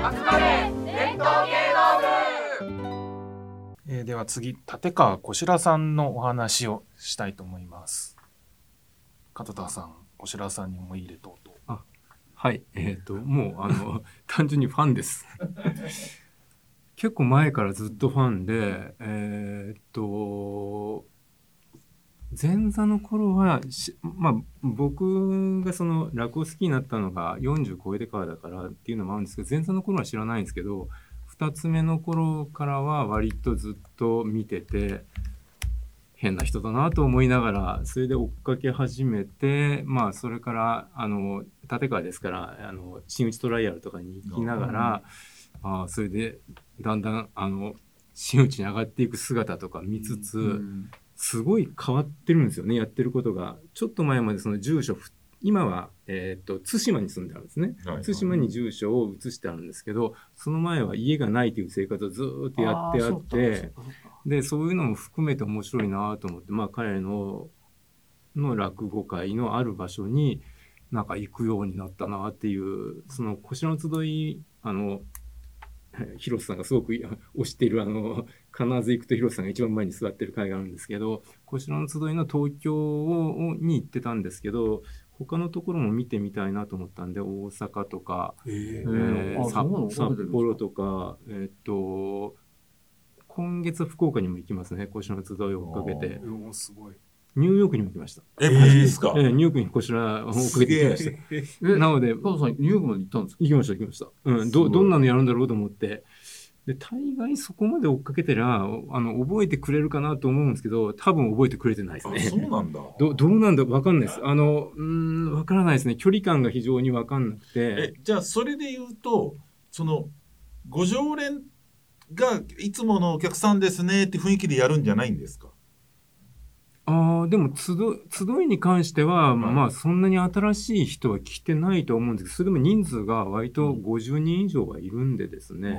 集まれ伝統芸能部。 では次、立川こしらさんのお話をしたいと思います。片田さん、こしらさんに思い入れ等々。 はい、もう単純にファンです。結構前からずっとファンで、前座の頃は僕がその落語好きになったのが40超えてからだからっていうのもあるんですけど、前座の頃は知らないんですけど、2つ目の頃からは割とずっと見てて、変な人だなと思いながら、それで追っかけ始めて、それから立川ですから真打ちトライアルとかに行きながら、それでだんだん真打ちに上がっていく姿とか見つつ、すごい変わってるんですよね、やってることが。ちょっと前までその住所、今は、対馬に住んであるんですね。対馬に住所を移してあるんですけど、その前は家がないという生活をずっとやってあって、で、そういうのも含めて面白いなと思って、彼の落語会のある場所になんか行くようになったなっていう、その腰の集い、広瀬さんがすごく推している必ず行くと広瀬さんが一番前に座ってる会があるんですけど、こちらの集いの東京に行ってたんですけど、他のところも見てみたいなと思ったんで、大阪とか、札幌とか、今月福岡にも行きますね、こちらの集いを追っかけて。 すごい。 ニューヨークにも行きました。 マジですか？ ニューヨークにこちらを追っかけて行きました。なので、 加藤さん、ニューヨークまで行ったんですか？ 行きました。どんなのやるんだろうと思って。で、大概そこまで追っかけてら、覚えてくれるかなと思うんですけど、多分覚えてくれてないですね。 そうなんだ。 どうなんだわかんないです。わからないですね。距離感が非常にわかんなくて。 じゃあ、それで言うと、ご常連がいつものお客さんですねって雰囲気でやるんじゃないんですか？ でも集いに関しては、そんなに新しい人は来てないと思うんですけど、それでも人数が割と50人以上はいるんでですね。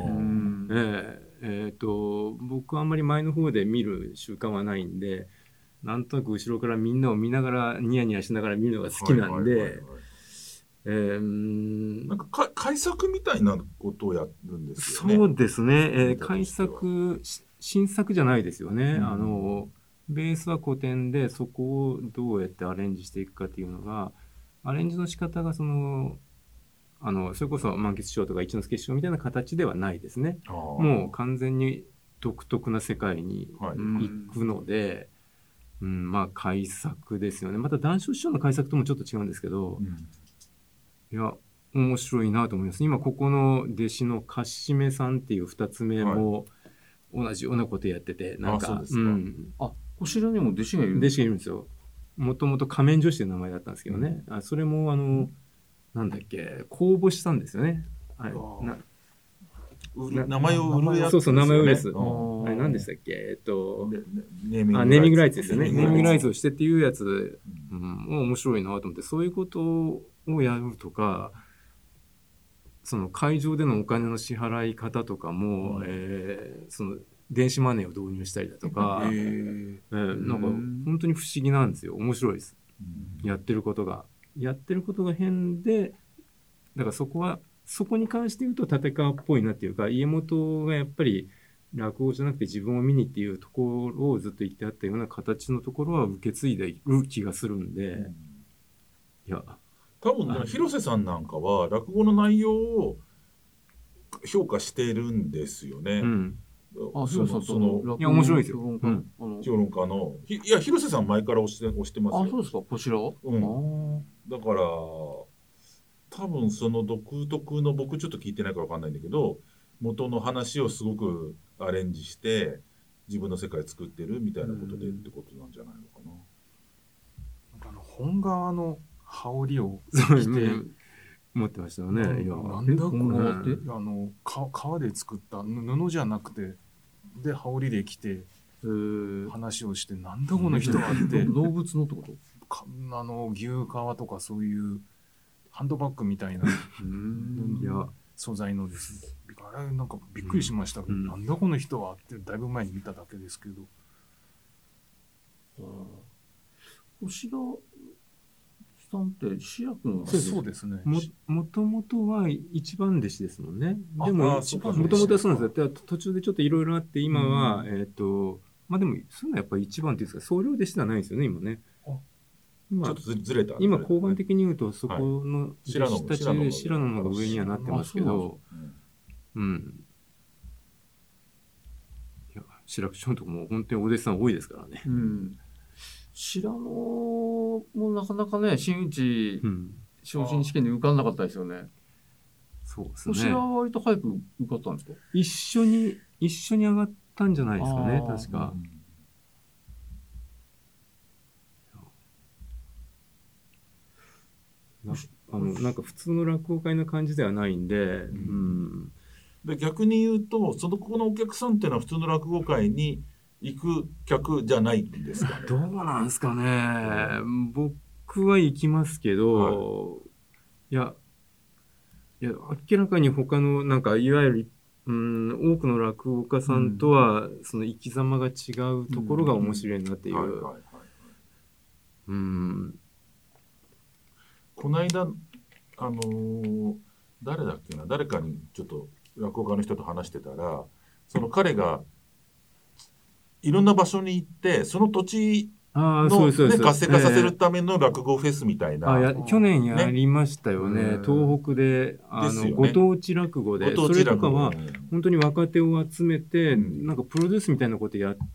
僕はあんまり前の方で見る習慣はないんで、なんとなく後ろからみんなを見ながら、ニヤニヤしながら見るのが好きなんで、 なんか改作みたいなことをやるんですよね。 そうですね。新作じゃないですよね。ベースは古典で、そこをどうやってアレンジしていくかっていうのが、アレンジの仕方がそれこそ満喫師匠とか一之輔師匠みたいな形ではないですね。もう完全に独特な世界に行くので、改作ですよね。また談笑師匠の改作ともちょっと違うんですけど、いや、面白いなと思います。今ここの弟子のかしめさんっていう二つ目も同じようなことやってて、なんか、 こちらにも弟子がいるんですよ。もともと仮面女子という名前だったんですけどね。それもなんだっけ、公募したんですよね。 名前を売るやつ。 そう、名前を売るやつ。何でしたっけ？ネーミングライツですよね。ネーミングライツをしてっていうやつ、面白いなと思って、そういうことをやるとか、その会場でのお金の支払い方とかも、その電子マネーを導入したりだとか、なんか本当に不思議なんですよ。面白いです。やってることが変で、だからそこに関して言うと立川っぽいなっていうか、家元がやっぱり落語じゃなくて自分を見にっていうところをずっと言ってあったような形のところは受け継いでいる気がするんで、いや多分ね、広瀬さんなんかは落語の内容を評価しているんですよね。 いや面白いですよ。 評論家の広瀬さん前から推してますよ。 そうですか、こちら。 だから多分その独特の、僕ちょっと聞いてないから分かんないんだけど、元の話をすごくアレンジして自分の世界作ってるみたいなことでってことなんじゃないのかな。 なんか本革の羽織を着て持ってましたよね。 なんだこれ、革で作った布じゃなくて、で羽織で着て話をして、なんだこの人はって動物のってこと？ 牛革とかそういうハンドバッグみたいな素材のですね。あれなんかびっくりしましたけど、なんだこの人はってだいぶ前に見ただけですけど。 こちらさんって志らくのそうですね。 もともとは一番弟子ですもんね。であも、 そうかもともとはそうなんですよ。で途中でちょっといろいろあって、今は、 うまあでも、そういうのはやっぱり一番っていうんですか、総領弟子ではないんですよね、今ね。今ちょっとずれた。 今、交番的に言うと、そこの白野弟子たちで白野の方が上にはなってますけど、うん。いや、白くちゃんとこも本当にお弟子さん多いですからね。 うん。白野もなかなかね、真打ちうん。 昇進試験で受かんなかったですよね。 そうですね。 白野は割と早く受かったんですか？ 一緒に上がったんじゃないですかね、 あー確か。なんか普通の落語会な感じではないんで、うん。 で逆に言うとここのお客さんっていうのは普通の落語会に行く客じゃないんですかね。 どうなんですかね。僕は行きますけど、いや、明らかに他の、なんか、いわゆる、多くの落語家さんとは、その生き様が違うところが面白いなっていう。 この間、誰だっけな、誰かにちょっと落語家の人と話してたら、その彼がいろんな場所に行って、その土地の、ね、活性化させるための落語フェスみたいな。 去年やりましたよね。東北で、ご当地落語で。それとかは、本当に若手を集めて、なんかプロデュースみたいなことやって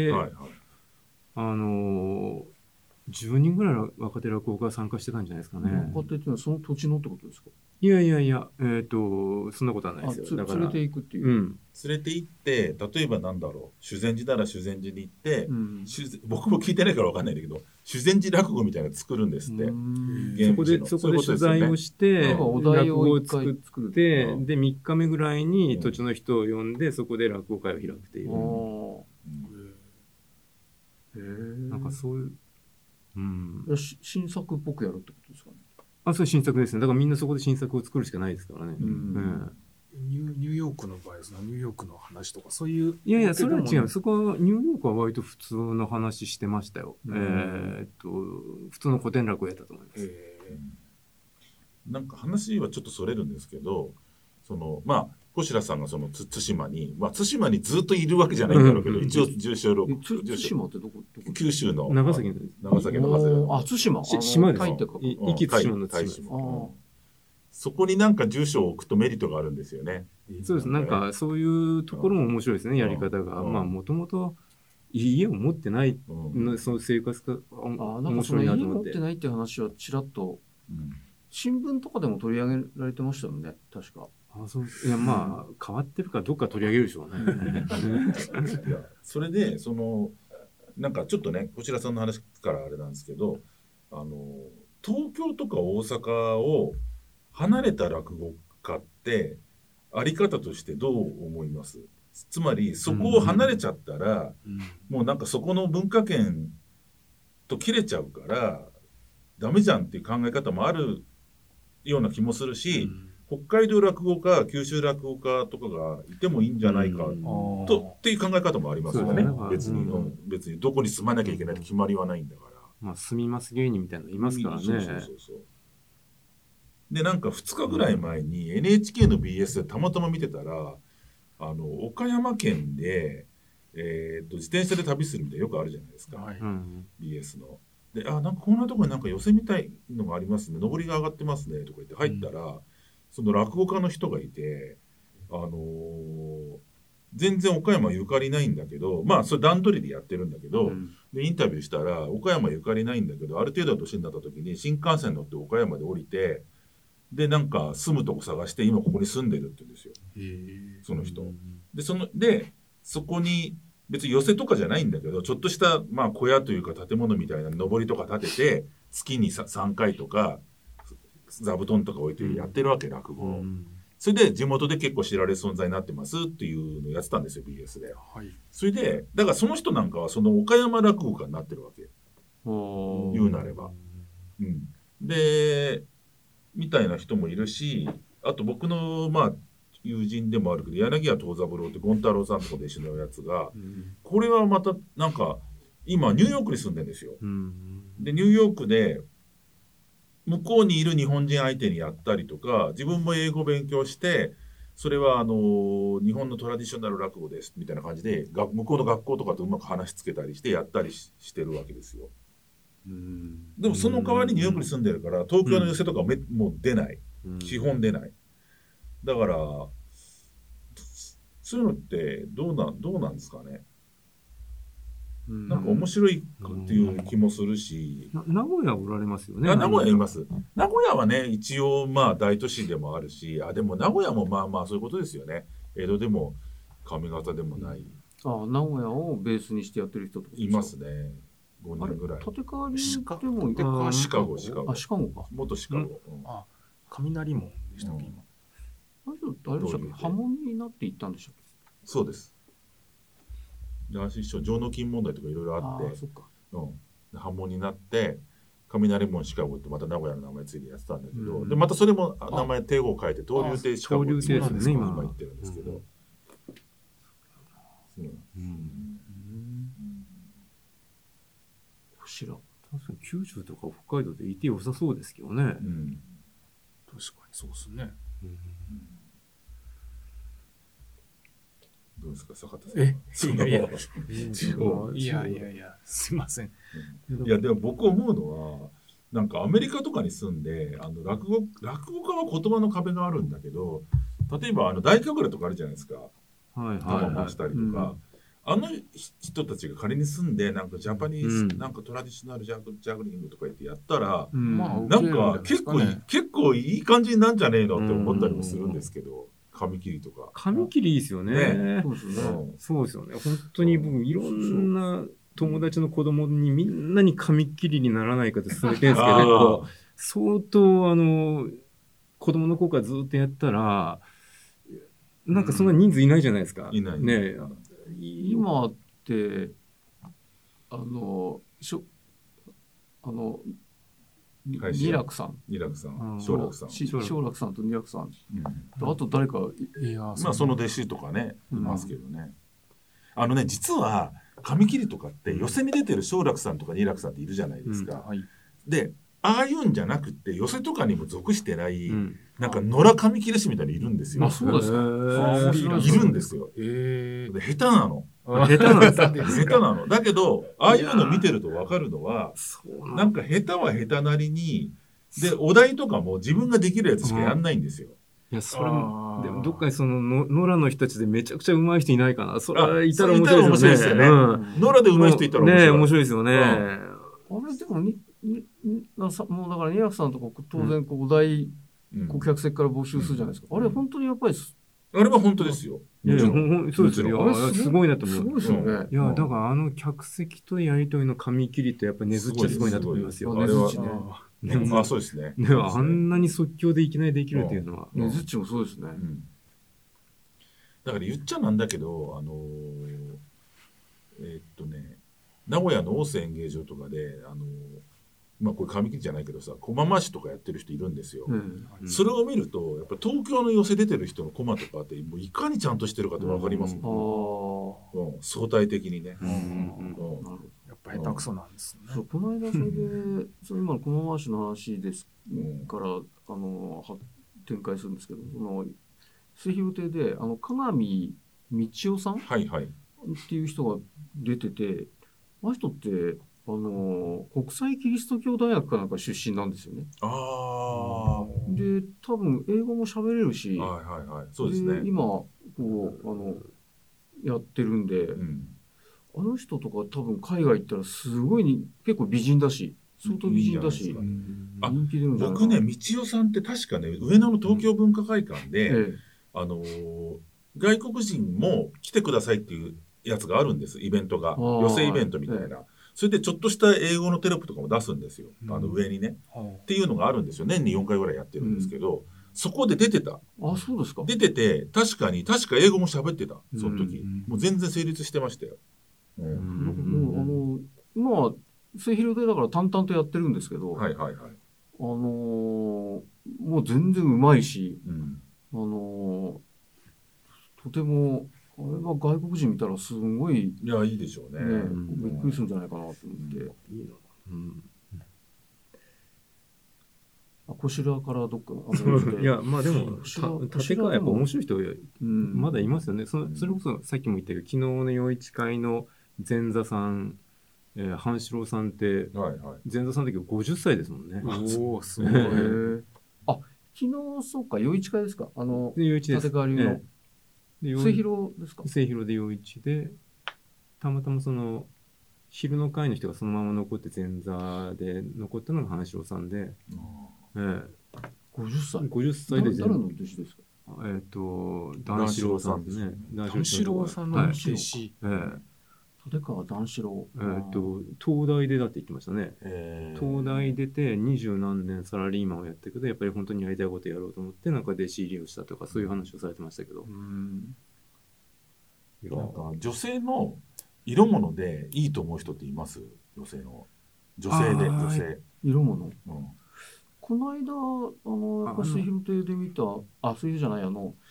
、10人ぐらいの若手落語家が参加してたんじゃないですかね。 若手っていうのはその土地のってことですか？ いや、そんなことはないですよ。 だから連れていくっていう。 連れて行って、例えばなんだろう、修善寺なら修善寺に行って、僕も聞いてないから分かんないんだけど、修善寺落語みたいなの作るんですって。 そこで取材をして、落語を作って、で、3日目ぐらいに土地の人を呼んで、そこで落語会を開くっていう。なんかそういう、 新作っぽくやるってことですかね。 それ新作ですね。だからみんなそこで新作を作るしかないですからね。 ニューヨークの場合ですね、ニューヨークの話とかそういう。 いや、それは違う。そこは、ニューヨークは割と普通の話してましたよ。普通の古典落語やったと思います。 なんか話はちょっとそれるんですけど、小白さんがその対馬に、対馬にずっといるわけじゃないんだろうけど、一応重症6。 対馬ってどこ？ 九州の。 長崎の外れ。対馬。 島ですよ。壱岐対馬の対馬。 そこになんか住所を置くとメリットがあるんですよね。 そうです。なんかそういうところも面白いですね、やり方が。もともと家を持ってない、その生活が面白いなと思って。家持ってないっていう話はちらっと、新聞とかでも取り上げられてましたよね、確か。 いや、変わってるからどっか取り上げるでしょうね。 いや、それで、なんかちょっとね、こちらさんの話からあれなんですけど、東京とか大阪を離れた落語家ってあり方としてどう思います？つまりそこを離れちゃったら、もうなんかそこの文化圏と切れちゃうからダメじゃんっていう考え方もあるような気もするし、北海道落語家、九州落語家とかがいてもいいんじゃないかっていう考え方もありますよね。別にどこに住まなきゃいけないって決まりはないんだから。 住みます芸人みたいなのいますからね。 で、なんか2日ぐらい前に NHK の BS でたまたま見てたら、岡山県で、自転車で旅するみたいなよくあるじゃないですか。BS の。で、なんかこんなところになんか寄せみたいのがありますね。上りが上がってますね。とか言って入ったら、その落語家の人がいて、全然岡山ゆかりないんだけど、それ段取りでやってるんだけど、でインタビューしたら岡山ゆかりないんだけど、ある程度の年になった時に新幹線乗って岡山で降りて、でなんか住むとこ探して今ここに住んでるって言うんですよ、その人。でそこに別に寄せとかじゃないんだけど、ちょっとした小屋というか建物みたいな上りとか建てて月に3回とか座布団とか置いてやってるわけ、落語を。それで地元で結構知られる存在になってますっていうのをやってたんですよ、 BS で。それでだからその人なんかはその岡山落語家になってるわけ、言うなれば。でみたいな人もいるし、あと僕の友人でもあるけど、柳家藤三郎って権太郎さんとか弟子のやつが、これはまたなんか今ニューヨークに住んでるんですよ。でニューヨークで向こうにいる日本人相手にやったりとか、自分も英語勉強して、それは日本のトラディショナル落語ですみたいな感じで向こうの学校とかとうまく話しつけたりしてやったりしてるわけですよ。でもその代わりニューヨークに住んでるから東京の寄席とかもう出ない、基本出ない。だからそういうのってどうなんですかね。なんか面白いっていう気もするし、 名古屋おられますよね。 名古屋います。名古屋はね、一応まあ大都市でもあるし、でも名古屋もまあまあそういうことですよね。江戸でも上方でもない。 名古屋をベースにしてやってる人とかいますね。5人ぐらい。 立川流でもシカゴ。 シカゴか。 元シカゴ。 雷門でしたっけ、今。 あれでしたっけ、波紋になっていったんでしたっけ。 そうです。男子師匠上納金問題とかいろいろあって、波紋になって雷門シカゴってまた名古屋の名前ついてやってたんだけど、でまたそれも名前帝語を変えて東流亭シカゴって今言ってるんですけど、 知らん。 確かに九州とか北海道でいて良さそうですけどね。 確かにそうですね。 どうですか坂田さん。 いや、すいません。 いやでも僕思うのはなんかアメリカとかに住んで落語家は言葉の壁があるんだけど、例えば大神楽とかあるじゃないですか。回したりとか、あの人たちが仮に住んでなんかジャパニーズ、なんかトラディショナルジャグリングとか言ってやったら、なんか結構いい感じになんじゃねえのって思ったりもするんですけど。紙切りとか。 紙切りいいですよね。そうですよね。本当に僕いろんな友達の子供にみんなに紙切りにならないかって勧めてるんですけど、相当子供の頃からずっとやったら、なんかそんな人数いないじゃないですか。 いない。 ね、今って二楽さん、小楽さんと二楽さん、あと誰か、 まあその弟子とかねいますけどね。実は紙切りとかって寄席に出てる小楽さんとか二楽さんっているじゃないですか。で、ああいうんじゃなくて寄席とかにも属してないなんか野良紙切り師みたいにいるんですよ。 そうですか。 いるんですよ。で下手なの。 下手なの。だけどああいうの見てると分かるのは、なんか下手は下手なりにでお題とかも自分ができるやつしかやんないんですよ。 いやそれもでもどっかにその野良の人たちでめちゃくちゃ上手い人いないかな。それいたら面白いですよね。 野良で上手い人いたら面白いですよね。 あれでももうだから二楽さんとか当然お題客席から募集するじゃないですか。あれ本当にやっぱりあれは本当ですよ。 そうですよ。すごいなと思う。 すごいですよね。 いやだから客席とやりとりの紙切りってやっぱ根づっちゃすごいなと思いますよ。 あれはそうですね。 あんなに即興でいきなりできるっていうのは。 根づっちもそうですね。 だから言っちゃなんだけど名古屋の大瀬演芸場とかでまあこれ紙切りじゃないけどさ、駒回しとかやってる人いるんですよ。それを見るとやっぱ東京の寄席出てる人の駒とかってもういかにちゃんとしてるかって分かりますもん。相対的にね。 やっぱ下手くそなんですね。 この間それで今の駒回しの話ですから展開するんですけど、末広亭で鏡道夫さんっていう人が出てて、あの人って国際キリスト教大学かなんか出身なんですよね。で多分英語も喋れるし、 そうですね。 今こうやってるんで、あの人とか多分海外行ったらすごい結構美人だし、相当美人だし人気出るんじゃないかな。 僕ね、道夫さんって確かね、上野の東京文化会館で、外国人も来てくださいっていうやつがあるんです、イベントが。寄席イベントみたいな。それでちょっとした英語のテロップとかも出すんですよ。上にね。っていうのがあるんですよ。年に4回ぐらいやってるんですけど、そこで出てた。 そうですか。 出てて、確か英語も喋ってた。その時。もう全然成立してましたよ。 今は末広でだから淡々とやってるんですけど、もう全然うまいし、とてもあれは外国人見たらすごい、 いやいいでしょうね。 びっくりするんじゃないかなと思って。 小白からどっかいや、まあでも、立川やっぱ面白い人、まだいますよね。それこそさっきも言ったけど、昨日の陽一会の前座さん、半四郎さんって、前座さんの時50歳ですもんね。 おお、すごい。 あ、昨日、そうか、陽一会ですか。 陽一です。 立川流の。末広ですか。 末広で陽一で、たまたまその、昼の会の人がそのまま残って前座で残ったのが半四郎さんで、 50歳。 50歳で誰の弟子ですか。 段四郎さんですね。 段四郎さんの弟子。 立川段四郎。 東大でだって言ってましたね。東大出て20何年サラリーマンをやってるけど、やっぱり本当にやりたいことやろうと思って、なんか弟子入りをしたとか、そういう話をされてましたけど。 なんか女性の色物でいいと思う人っています？女性で。 色物。この間、やっぱ末広亭で見た、末広じゃない、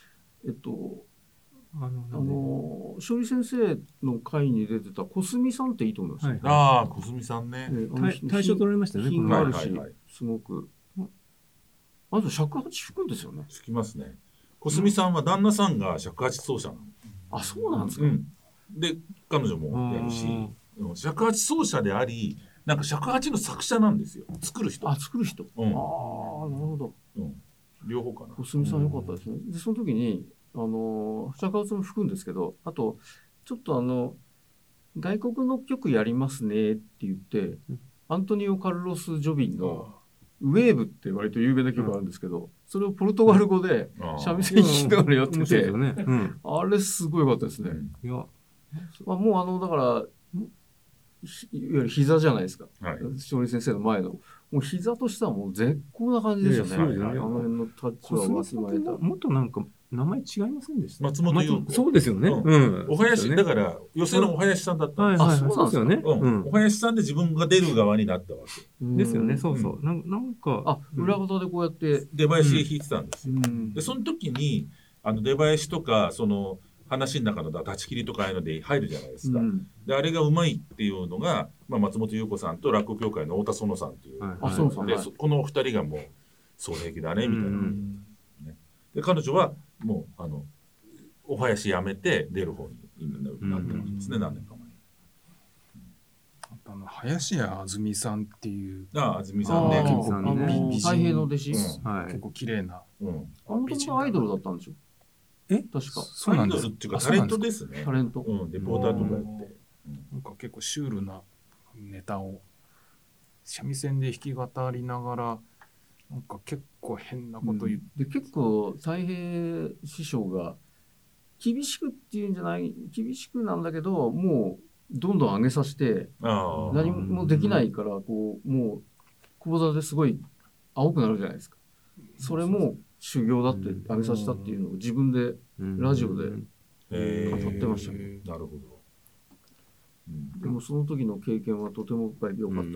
勝利先生の会に出てた小杉さんっていいと思います。 小杉さんね。 大賞取られましたね。 品があるし、すごく。あと尺八吹くんですよね。 吹きますね。小杉さんは旦那さんが尺八奏者なの。 あ、そうなんですか。 で、彼女もやるし、尺八奏者であり、なんか尺八の作者なんですよ。作る人。 作る人。なるほど。 両方かな。 小杉さんよかったですね。で、その時に、尺八も吹くんですけど、あと、ちょっと外国の曲やりますねって言って、アントニオ・カルロス・ジョビンのウェーブって割と有名な曲があるんですけど、それをポルトガル語で三味線弾きながらやってて、あれすごい良かったですね。もうだから、いわゆる膝じゃないですか。勝利先生の前の。もう膝としてはもう絶好な感じですよね。あの辺のタッチはわきまえた。 もっとなんか名前違いませんでした？ 松本優子。 そうですよね。 お囃子、だから寄席のお囃子さんだった。 そうですよね。 お囃子さんで自分が出る側になったわけ。 ですよね。そうそう。なんか。 裏方でこうやって。 出囃子弾いてたんですよ。で、その時に、出囃子とか、話の中の断ち切りとかああいうので入るじゃないですか。で、あれがうまいっていうのが、松本優子さんと落語協会の太田園さんっていう。で、このお二人がもう、双璧だね、みたいな。で、彼女は、もう、お囃子やめて出る方になってますね、何年か前に。 林家あずみさんっていう。 あずみさんね。 太平の弟子。 結構綺麗な。 本当にアイドルだったんでしょ？確か。 アイドルっていうかタレントですね。 タレント。 レポーターとかやって。 なんか結構シュールなネタを三味線で弾き語りながら、なんか結構変なこと言って、 結構太平師匠が厳しくっていうんじゃない、厳しくなんだけど、もうどんどん上げさせて何もできないから、こうもう久保座ですごい青くなるじゃないですか。それも修行だって上げさせたっていうのを自分でラジオで語ってましたね。 なるほど。 でもその時の経験はとても良かった。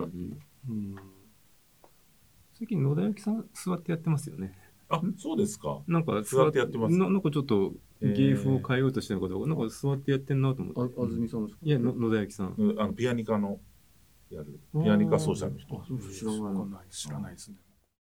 最近野田焼さん座ってやってますよね。 そうですか。 なんか座ってやってます。 なんかちょっと芸風を変えようとしてることが、なんか座ってやってんなと思って。 あずみさんですか？ いや、野田焼さん。 ピアニカのやる。ピアニカ奏者の人。 知らないですね。